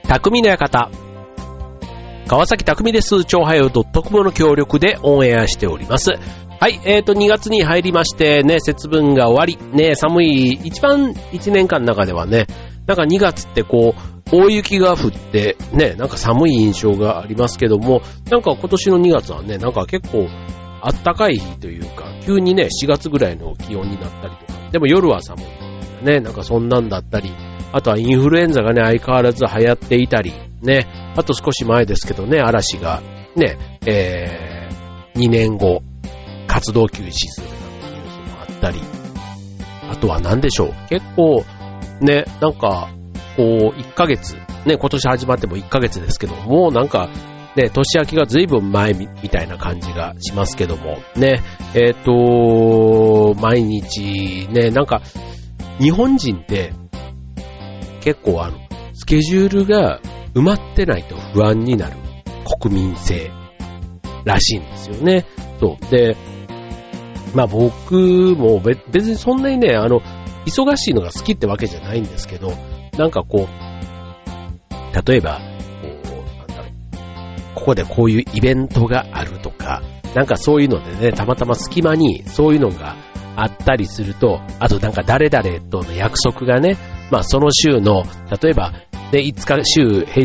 匠の館。川崎匠です。超はよ.comの協力でオンエアしております。はい、2月に入りましてね、節分が終わり、ね、寒い、一番1年間の中ではね、なんか2月ってこう、大雪が降って、ね、なんか寒い印象がありますけども、なんか今年の2月はね、なんか結構、あったかい日というか、急にね、4月ぐらいの気温になったりとか、でも夜は寒い。ね、なんかそんなんだったり、あとはインフルエンザがね、相変わらず流行っていたり、ね、あと少し前ですけどね、嵐がね、2年後、活動休止するなんてニュースもあったり、あとは何でしょう、結構ね、なんかこう1ヶ月ね、今年始まっても1ヶ月ですけども、なんかね、年明けがずいぶん前みたいな感じがしますけどもね、毎日ね、なんか日本人って結構スケジュールが埋まってないと不安になる国民性らしいんですよね。そうで、まあ僕も別にそんなにね、忙しいのが好きってわけじゃないんですけど、なんかこう、例えば、ここでこういうイベントがあるとか、なんかそういうのでね、たまたま隙間にそういうのがあったりすると、あとなんか誰々との約束がね、まあその週の、例えば、で、平日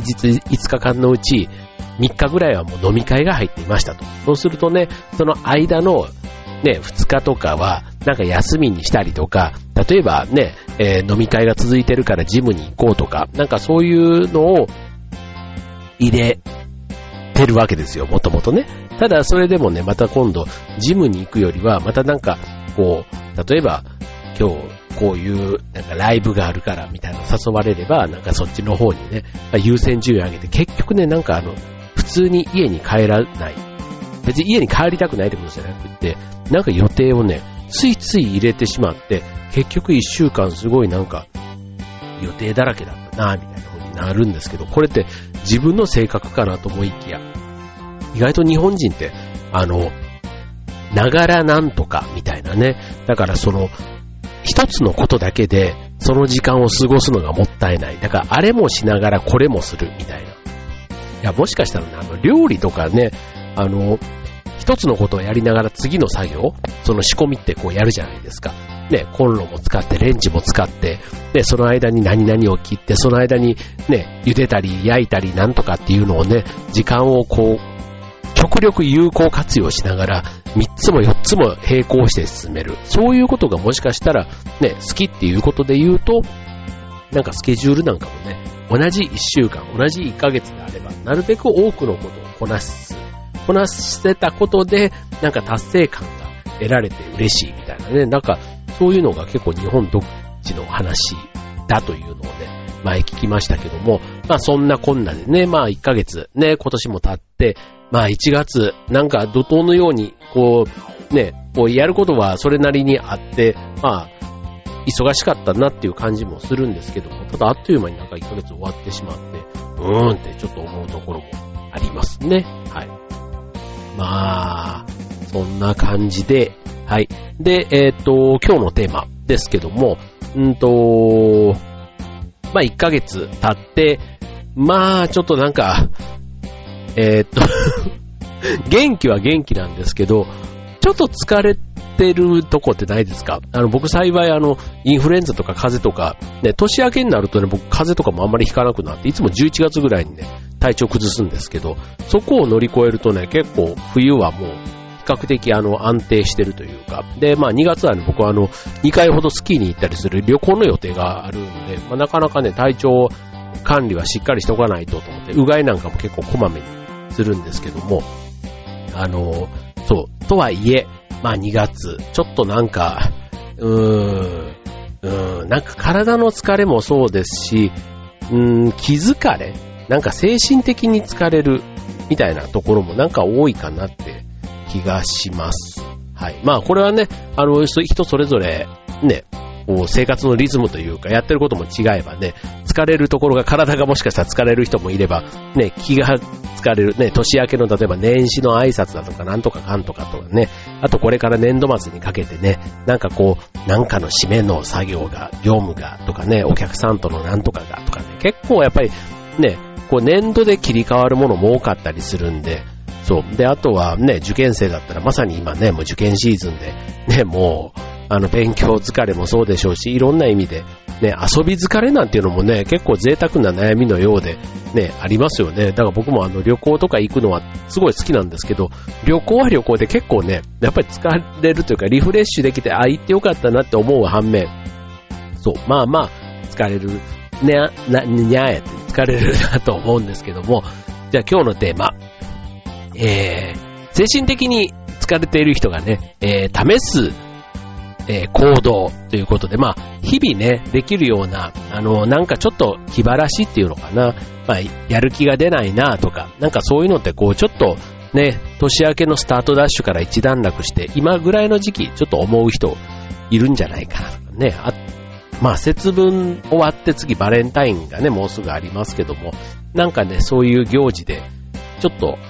5日間のうち、3日ぐらいはもう飲み会が入っていましたと。そうするとね、その間のね、2日とかは、なんか休みにしたりとか、例えばね、飲み会が続いてるからジムに行こうとか、なんかそういうのを入れてるわけですよ、もともとね。ただそれでもね、また今度、ジムに行くよりは、またなんか、こう、例えば、今日、こういう、なんかライブがあるから、みたいな誘われれば、なんかそっちの方にね、優先順位を上げて、結局ね、なんか普通に家に帰らない。別に家に帰りたくないってことじゃなくって、なんか予定をね、ついつい入れてしまって、結局1週間すごいなんか、予定だらけだったな、みたいな風になるんですけど、これって自分の性格かなと思いきや、意外と日本人って、ながらなんとか、みたいなね。だから一つのことだけで、その時間を過ごすのがもったいない。だからあれもしながらこれもする、みたいな。いや、もしかしたらね、料理とかね、一つのことをやりながら次の作業、その仕込みってこうやるじゃないですか。ね、コンロも使って、レンジも使って、で、その間に何々を切って、その間にね、茹でたり焼いたりなんとかっていうのをね、時間をこう、極力有効活用しながら、3つも4つも並行して進める。そういうことがもしかしたら、ね、好きっていうことで言うと、なんかスケジュールなんかもね、同じ1週間、同じ1ヶ月であれば、なるべく多くのことをこなせたことで、なんか達成感が得られて嬉しいみたいなね、なんかそういうのが結構日本独自の話だというのをね、前聞きましたけども、まあそんなこんなでね、まあ1ヶ月ね、今年も経って、まあ1月、なんか怒涛のように、こう、ね、こうやることはそれなりにあって、まあ、忙しかったなっていう感じもするんですけども、ただあっという間になんか1ヶ月終わってしまって、ってちょっと思うところもありますね。はい。まあ、そんな感じで、はい。で、今日のテーマですけども、まあ1ヶ月経って、まあちょっとなんか、元気は元気なんですけど、ちょっと疲れてるとこってないですか？僕幸いインフルエンザとか風邪とか、ね、年明けになるとね、僕風邪とかもあんまりひかなくなって、いつも11月ぐらいにね、体調崩すんですけど、そこを乗り越えるとね、結構冬はもう、比較的安定してるというか、で、まあ2月はね、僕は2回ほどスキーに行ったりする旅行の予定があるんで、まあなかなかね、体調管理はしっかりしておかないとと思って、うがいなんかも結構こまめにするんですけども、そう、とはいえ、まあ2月、ちょっとなんか、なんか体の疲れもそうですし、気疲れ？なんか精神的に疲れるみたいなところもなんか多いかなって気がします。はい。まあこれはね、人それぞれね、こう生活のリズムというかやってることも違えばね、疲れるところが体がもしかしたら疲れる人もいれば、ね、気が疲れる、ね、年明けの例えば年始の挨拶だとかなんとかかんとかとかね、あとこれから年度末にかけてね、なんかこう、なんかの締めの作業が、業務がとかね、お客さんとのなんとかがとかね、結構やっぱりね、 こう年度で切り替わるものも多かったりするんで、そう。で、あとはね、受験生だったらまさに今ね、もう受験シーズンで、ね、もう、勉強疲れもそうでしょうし、いろんな意味で、ね、遊び疲れなんていうのもね、結構贅沢な悩みのようで、ね、ありますよね。だから僕も旅行とか行くのはすごい好きなんですけど、旅行は旅行で結構ね、やっぱり疲れるというか、リフレッシュできて、行ってよかったなって思う反面、そう、まあまあ、疲れる、にゃーって疲れるなと思うんですけども、じゃあ今日のテーマ、精神的に疲れている人がね、試す、行動ということで、まあ、日々ね、できるような、なんかちょっと気晴らしっていうのかな、まあ、やる気が出ないなとか、なんかそういうのってこう、ちょっとね、年明けのスタートダッシュから一段落して、今ぐらいの時期、ちょっと思う人いるんじゃないかなとかね、まあ、節分終わって次バレンタインがね、もうすぐありますけども、なんかね、そういう行事で、ちょっと、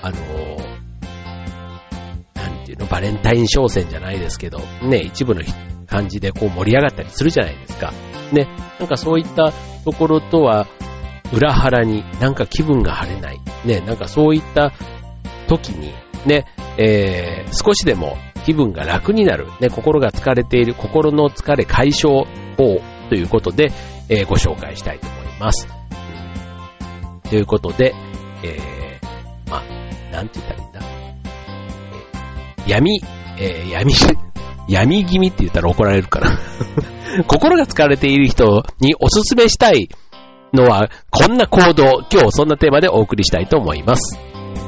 なんていうの、バレンタイン商戦じゃないですけど、ね、一部の感じでこう盛り上がったりするじゃないですか。ね、なんかそういったところとは、裏腹になんか気分が晴れない。ね、なんかそういった時に、ね、少しでも気分が楽になる。ね、心が疲れている、心の疲れ解消法ということで、ご紹介したいと思います。ということで、まあ、なんて言ったらいいんだ。闇気味って言ったら怒られるかな。心が疲れている人におすすめしたいのは、こんな行動、今日そんなテーマでお送りしたいと思います。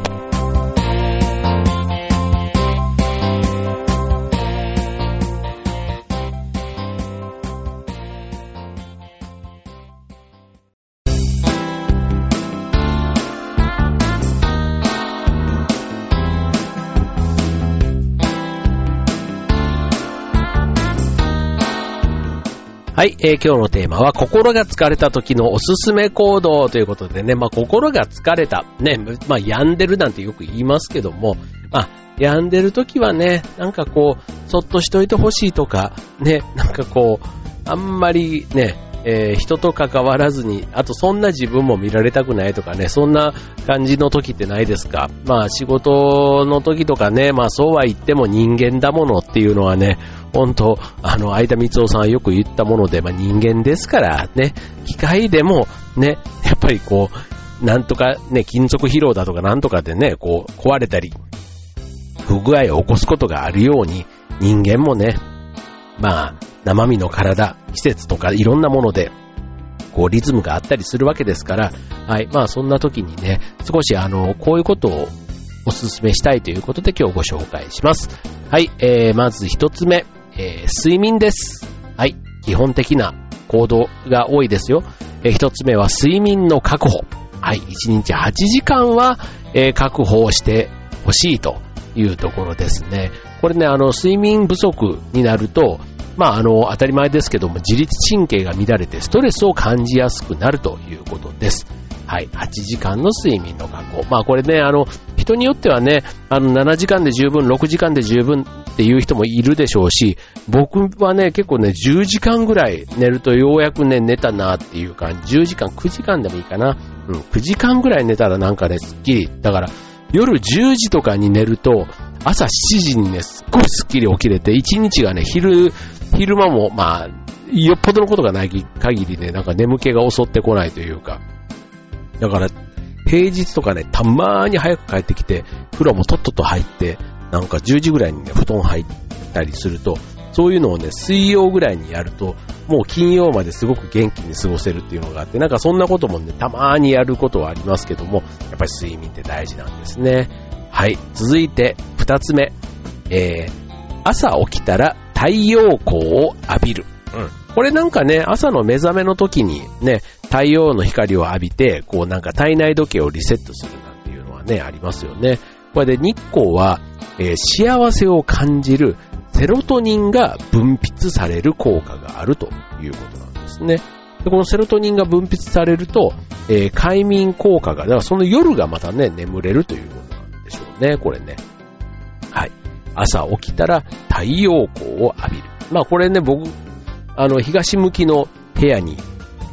はい、今日のテーマは心が疲れた時のおすすめ行動ということでね、まあ心が疲れた、ね、まあ病んでるなんてよく言いますけども、まあ病んでる時はね、なんかこう、そっとしといてほしいとか、ね、なんかこう、あんまりね、人と関わらずに、あとそんな自分も見られたくないとかね、そんな感じの時ってないですか？まあ仕事の時とかね、まあそうは言っても人間だものっていうのはね、本当相田光夫さんはよく言ったもので、まあ人間ですからね、機械でもね、やっぱりこう、なんとかね、金属疲労だとかなんとかでね、こう壊れたり、不具合を起こすことがあるように、人間もね、まあ、生身の体、季節とかいろんなもので、こうリズムがあったりするわけですから、はい、まあそんな時にね、少しこういうことをお勧めしたいということで今日ご紹介します。はい、まず一つ目、睡眠です。はい、基本的な行動が多いですよ。一つ目は睡眠の確保。はい、1日8時間は、確保をしてほしいというところですね。これね、睡眠不足になると、まあ、当たり前ですけども、自律神経が乱れてストレスを感じやすくなるということです。はい、8時間の睡眠の確保。まあ、これね、人によってはね、7時間で十分、6時間で十分っていう人もいるでしょうし、僕はね、結構ね、10時間ぐらい寝るとようやくね、寝たなっていう感じ。10時間、9時間でもいいかな。9時間ぐらい寝たらなんかね、すっきり。だから、夜10時とかに寝ると、朝7時にね、すっごいすっきり起きれて、1日がね、昼間も、まあ、よっぽどのことがない限りね、なんか眠気が襲ってこないというか。だから、平日とかね、たまーに早く帰ってきて、風呂もとっとと入って、なんか10時ぐらいにね、布団入ったりすると、そういうのをね、水曜ぐらいにやると、もう金曜まですごく元気に過ごせるっていうのがあって、なんかそんなこともね、たまーにやることはありますけども、やっぱり睡眠って大事なんですね。はい。続いて、二つ目。朝起きたら太陽光を浴びる。これなんかね、朝の目覚めの時にね、太陽の光を浴びて、こうなんか体内時計をリセットするなんていうのはね、ありますよね。これで日光は、幸せを感じるセロトニンが分泌される効果があるということなんですね。でこのセロトニンが分泌されると、快眠効果が、だからその夜がまたね、眠れるということなんでしょうね、これね。はい。朝起きたら太陽光を浴びる。まあこれね、僕、東向きの部屋に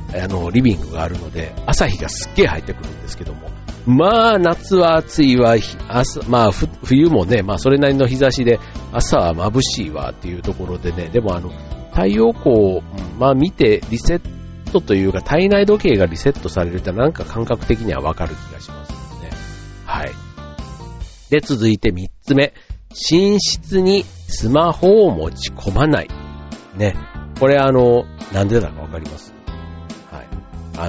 リビングがあるので、朝日がすっげー入ってくるんですけども、まあ、夏は暑いわ、まあ、冬もね、まあ、それなりの日差しで、朝は眩しいわっていうところでね、でも太陽光を、まあ、見てリセットというか、体内時計がリセットされるってなんか感覚的にはわかる気がしますよね。はい。で、続いて3つ目。寝室にスマホを持ち込まない。ね。これなんでだかわかります？はい。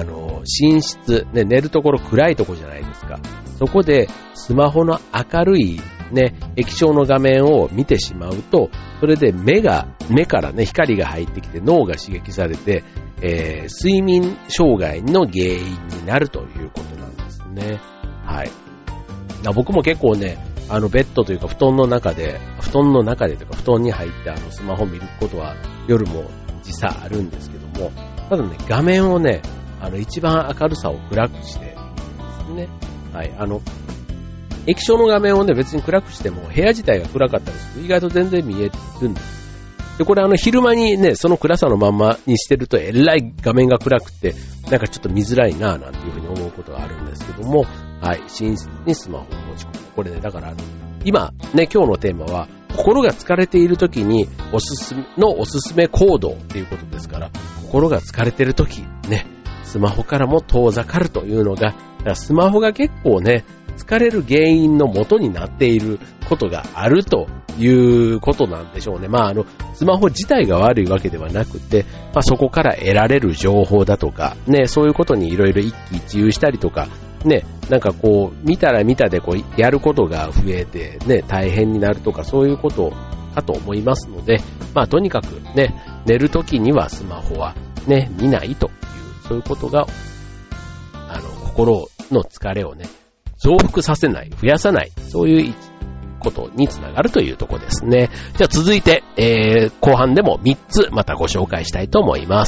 寝室、ね、寝るところ暗いところじゃないですか。そこでスマホの明るいね、液晶の画面を見てしまうと、それで目からね、光が入ってきて脳が刺激されて、睡眠障害の原因になるということなんですね。はい。僕も結構ね、ベッドというか布団の中でというか布団に入ってスマホ見ることは夜も実際あるんですけども、ただね、画面をね、一番明るさを暗くしてですね。はい。液晶の画面をね、別に暗くしても部屋自体が暗かったりすると意外と全然見えるんです。で、これ昼間にね、その暗さのまんまにしてるとえらい画面が暗くて、なんかちょっと見づらいなぁなんていうふうに思うことがあるんですけども、はい、寝室にスマホを持ち込む。これね、だから今ね、今日のテーマは、心が疲れている時におすすめ行動っていうことですから、心が疲れている時ね、スマホからも遠ざかるというのが、スマホが結構ね、疲れる原因の元になっていることがあるということなんでしょうね。まあスマホ自体が悪いわけではなくて、まあそこから得られる情報だとか、ね、そういうことにいろいろ一喜一憂したりとか、ね、なんかこう、見たら見たでこう、やることが増えて、ね、大変になるとか、そういうことかと思いますので、まあとにかくね、寝るときにはスマホはね、見ないという、そういうことが、心の疲れをね、増幅させない、増やさない、そういうことにつながるというところですね。じゃあ続いて、後半でも3つまたご紹介したいと思います。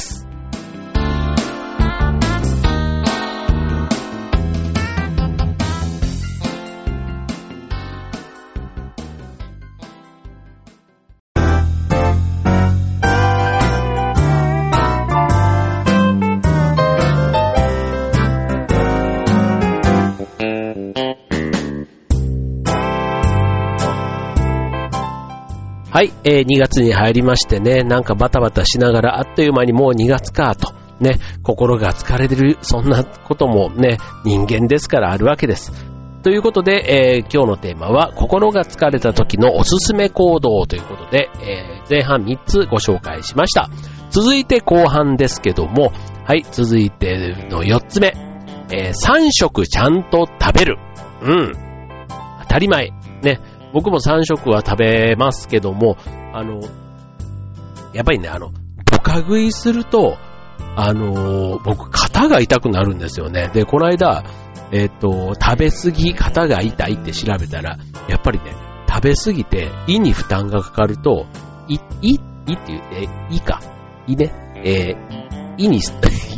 はい、2月に入りましてね、なんかバタバタしながらあっという間にもう2月かと、ね、心が疲れてる、そんなこともね、人間ですからあるわけです。ということで、今日のテーマは、心が疲れた時のおすすめ行動ということで、前半3つご紹介しました。続いて後半ですけども、はい、続いての4つ目、3食ちゃんと食べる。当たり前。ね。僕も3食は食べますけども、やっぱりね、ドカ食いすると、僕、肩が痛くなるんですよね。で、この間、食べ過ぎ、肩が痛いって調べたら、やっぱりね、食べ過ぎて胃に負担がかかると、胃って言って、胃か。胃ね。胃に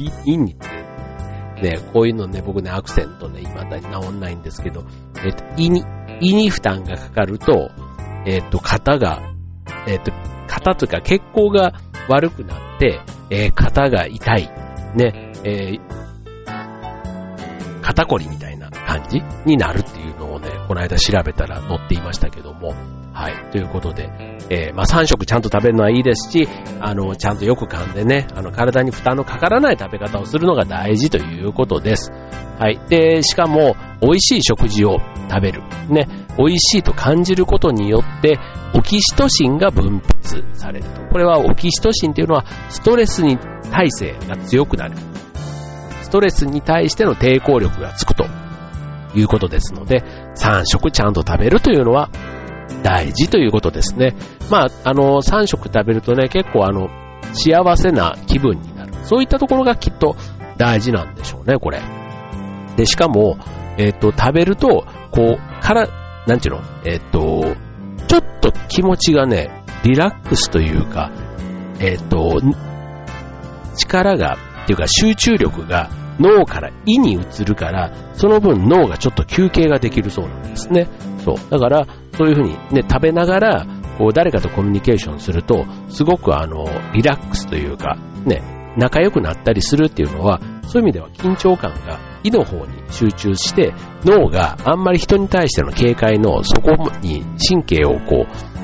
ね、こういうのね、僕ね、アクセントね、未だに治んないんですけど、胃に負担がかかると、肩というか血行が悪くなって、肩が痛い、ね、肩こりみたいな感じになるっていうのをね、この間調べたら載っていましたけども、はい、ということで、まあ3食ちゃんと食べるのはいいですし、ちゃんとよく噛んでね、体に負担のかからない食べ方をするのが大事ということです。はい。で、しかも、美味しい食事を食べる。ね。美味しいと感じることによって、オキシトシンが分泌されると。これはオキシトシンというのは、ストレスに耐性が強くなる。ストレスに対しての抵抗力がつくということですので、3食ちゃんと食べるというのは大事ということですね。まあ、3食食べるとね、結構幸せな気分になる。そういったところがきっと大事なんでしょうね、これ。で、しかも、食べると、こう、なんていうの、ちょっと気持ちがね、リラックスというか、力が、っていうか集中力が脳から胃に移るから、その分脳がちょっと休憩ができるそうなんですね。そう。だから、そういうふうにね、食べながら、こう、誰かとコミュニケーションすると、すごくリラックスというか、ね、 仲良くなったりするっていうのは、そういう意味では緊張感が胃の方に集中して、脳があんまり人に対しての警戒のそこに神経を取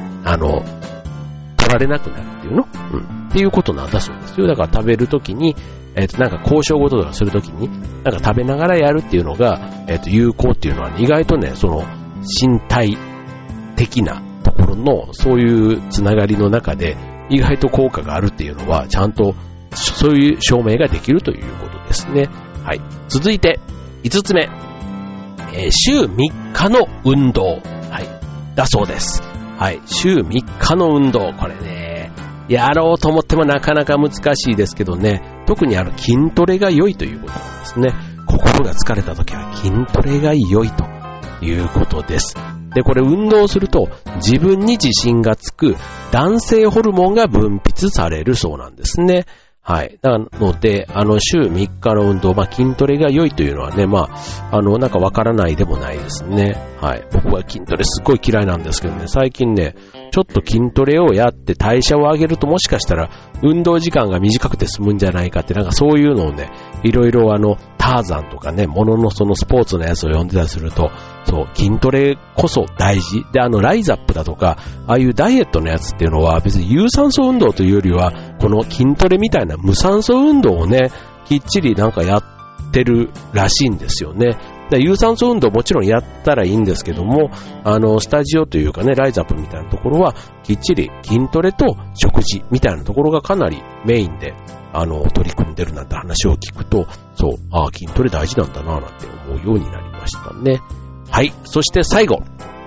られなくなるっていうの、っていうことなんだそうですよ。だから食べるときに、なんか交渉事とかするときに、なんか食べながらやるっていうのが、有効っていうのは、ね、意外とね、その身体的なところのそういうつながりの中で意外と効果があるっていうのはちゃんとそういう証明ができるということですね。はい。続いて5つ目、週3日の運動、はい、だそうです。はい。週3日の運動、これね、やろうと思ってもなかなか難しいですけどね、特に筋トレが良いということなんですね。心が疲れた時は筋トレが良いということです。で、これ運動すると自分に自信がつく男性ホルモンが分泌されるそうなんですね。はい。なので、週3日の運動、筋トレが良いというのはね、なんかわからないでもないですね。はい。僕は筋トレすっごい嫌いなんですけどね、最近ね、ちょっと筋トレをやって代謝を上げるともしかしたら運動時間が短くて済むんじゃないかって、なんかそういうのをね、いろいろターザンとかね、もののそのスポーツのやつを読んでたりすると、そう、筋トレこそ大事。で、ライザップだとか、ああいうダイエットのやつっていうのは別に有酸素運動というよりは、この筋トレみたいな無酸素運動をね、きっちりなんかやってるらしいんですよね。で、有酸素運動もちろんやったらいいんですけども、スタジオというかね、ライザップみたいなところは、きっちり筋トレと食事みたいなところがかなりメインで、取り組んでるなんて話を聞くと、そう、筋トレ大事なんだなぁなんて思うようになりましたね。はい。そして最後、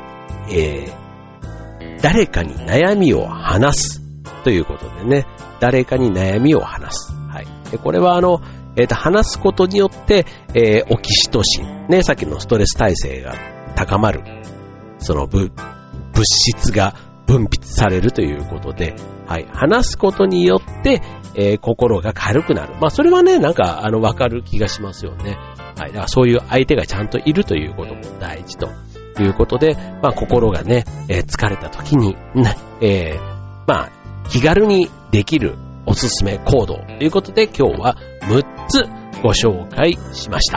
誰かに悩みを話すということでね、誰かに悩みを話す。はい。で、これは話すことによって、オキシトシン、ね、さっきのストレス耐性が高まる、その物質が分泌されるということで、はい。話すことによって、心が軽くなる。それはね、なんか、わかる気がしますよね。はい。だからそういう相手がちゃんといるということも大事ということで、心がね、疲れた時に、気軽にできるおすすめ行動ということで、今日は6つご紹介しました。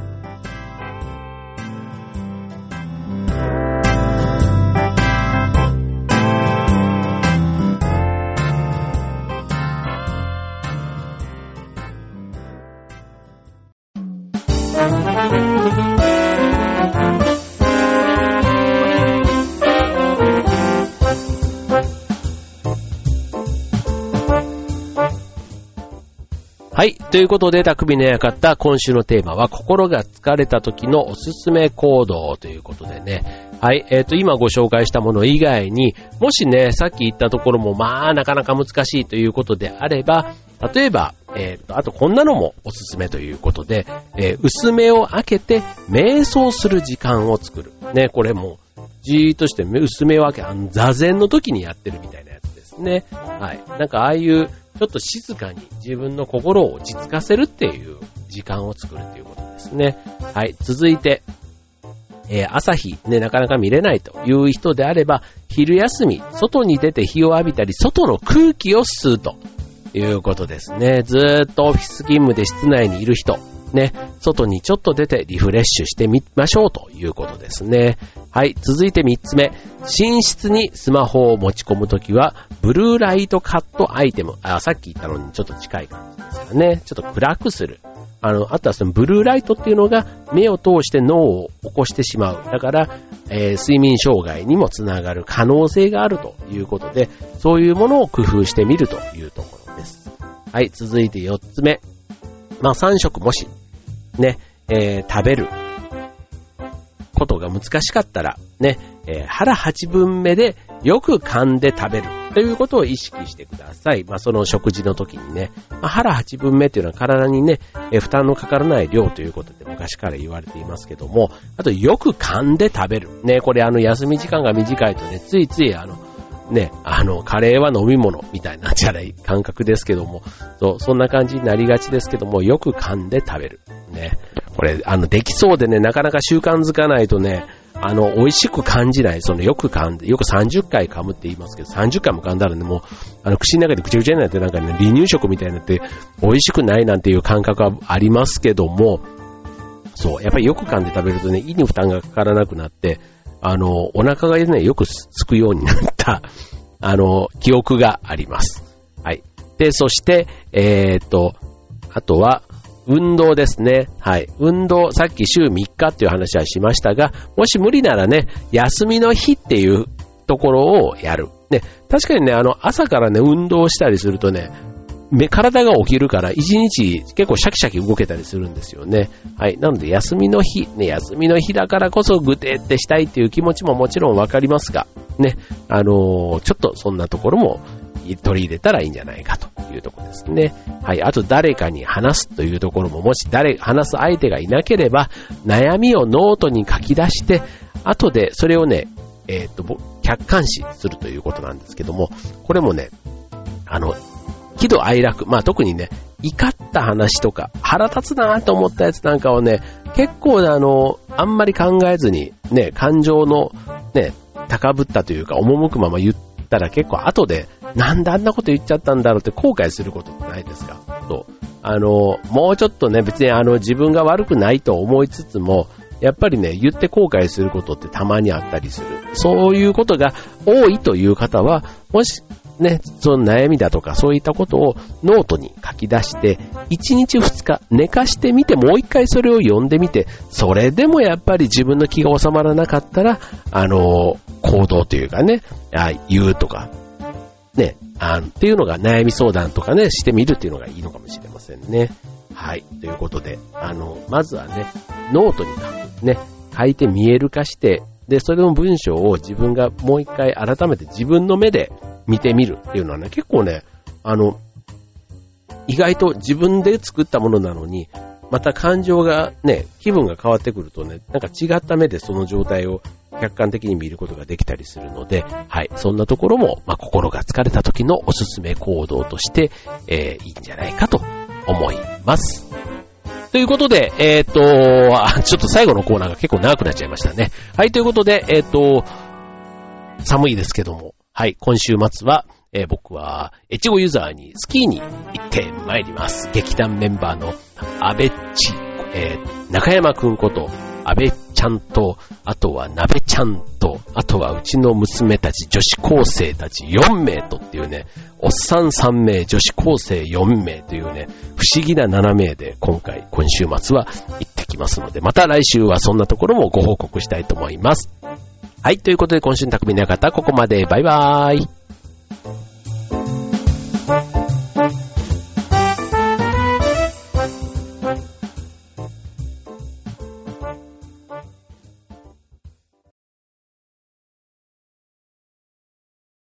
はい。ということで、匠の館、今週のテーマは、心が疲れた時のおすすめ行動ということでね。はい。今ご紹介したもの以外に、もしね、さっき言ったところも、なかなか難しいということであれば、例えば、あとこんなのもおすすめということで、薄目を開けて、瞑想する時間を作る。ね、これも、じーっとして薄目を開け、座禅の時にやってるみたいなやつですね。はい。なんかああいう、ちょっと静かに自分の心を落ち着かせるっていう時間を作るっていうことですね。はい。続いて、朝日ね、なかなか見れないという人であれば、昼休み、外に出て日を浴びたり、外の空気を吸うということですね。ずーっとオフィス勤務で室内にいる人、ね、外にちょっと出てリフレッシュしてみましょうということですね。はい。続いて3つ目。寝室にスマホを持ち込むときは、ブルーライトカットアイテム。さっき言ったのにちょっと近い感じですからね。ちょっと暗くする。あとはそのブルーライトっていうのが目を通して脳を起こしてしまう。だから、睡眠障害にもつながる可能性があるということで、そういうものを工夫してみるというところです。はい。続いて4つ目。3食もし、ね、食べることが難しかったら、ね、腹8分目でよく噛んで食べるということを意識してください。その食事の時にね、腹8分目というのは体にね、負担のかからない量ということで昔から言われていますけども、あとよく噛んで食べる。ね、これ休み時間が短いとね、ついついね、カレーは飲み物みたいなじゃない感覚ですけども、そんな感じになりがちですけども、よく噛んで食べる。ね。これ、できそうでね、なかなか習慣づかないとね、 美味しく感じない、よく30回噛むって言いますけど、30回も噛んだらね、もう、口の中でぐちゃぐちゃになってなんかね、離乳食みたいになって美味しくないなんていう感覚はありますけども、そう、やっぱりよく噛んで食べるとね、胃に負担がかからなくなって、お腹がね、よくすくようになった、記憶があります。はい。で、そして、あとは、運動ですね。はい。運動、さっき週3日っていう話はしましたが、もし無理ならね、休みの日っていうところをやる。ね、確かにね、朝からね、運動したりするとね、体が起きるから一日結構シャキシャキ動けたりするんですよね。はい。なので休みの日、ね、休みの日だからこそぐてってしたいっていう気持ちももちろんわかりますが、ね、ちょっとそんなところも取り入れたらいいんじゃないかというところですね。はい。あと誰かに話すというところも、もし話す相手がいなければ、悩みをノートに書き出して、後でそれをね、客観視するということなんですけども、これもね、喜怒哀楽、まあ特にね、怒った話とか、腹立つなと思ったやつなんかをね、結構あんまり考えずに、ね、感情のね、高ぶったというか、赴くまま言ったら結構後で、なんであんなこと言っちゃったんだろうって後悔することってないですか？そう。もうちょっとね、別に自分が悪くないと思いつつも、やっぱりね、言って後悔することってたまにあったりする。そういうことが多いという方は、もし、ね、その悩みだとかそういったことをノートに書き出して、1日2日寝かしてみて、もう一回それを読んでみて、それでもやっぱり自分の気が収まらなかったら、行動というかね、言うとか、ね、っていうのが悩み相談とかね、してみるっていうのがいいのかもしれませんね。はい。ということで、まずはね、ノートに書いて見える化して、で、それの文章を自分がもう一回改めて自分の目で見てみるっていうのはね、結構ね、意外と自分で作ったものなのに、また感情がね、気分が変わってくるとね、なんか違った目でその状態を客観的に見ることができたりするので、はい、そんなところも、心が疲れた時のおすすめ行動として、いいんじゃないかと思います。ということで、ちょっと最後のコーナーが結構長くなっちゃいましたね。はい、ということで、寒いですけども、はい、今週末は、僕は、越後湯沢にスキーに行ってまいります。劇団メンバーの安倍ち、中山くんこと、安倍ちゃんと、あとは鍋ちゃんと、あとはうちの娘たち、女子高生たち4名とっていうね、おっさん3名、女子高生4名というね、不思議な7名で今週末は行ってきますので、また来週はそんなところもご報告したいと思います。はい、ということで今週の匠の館、ここまで。バイバーイ。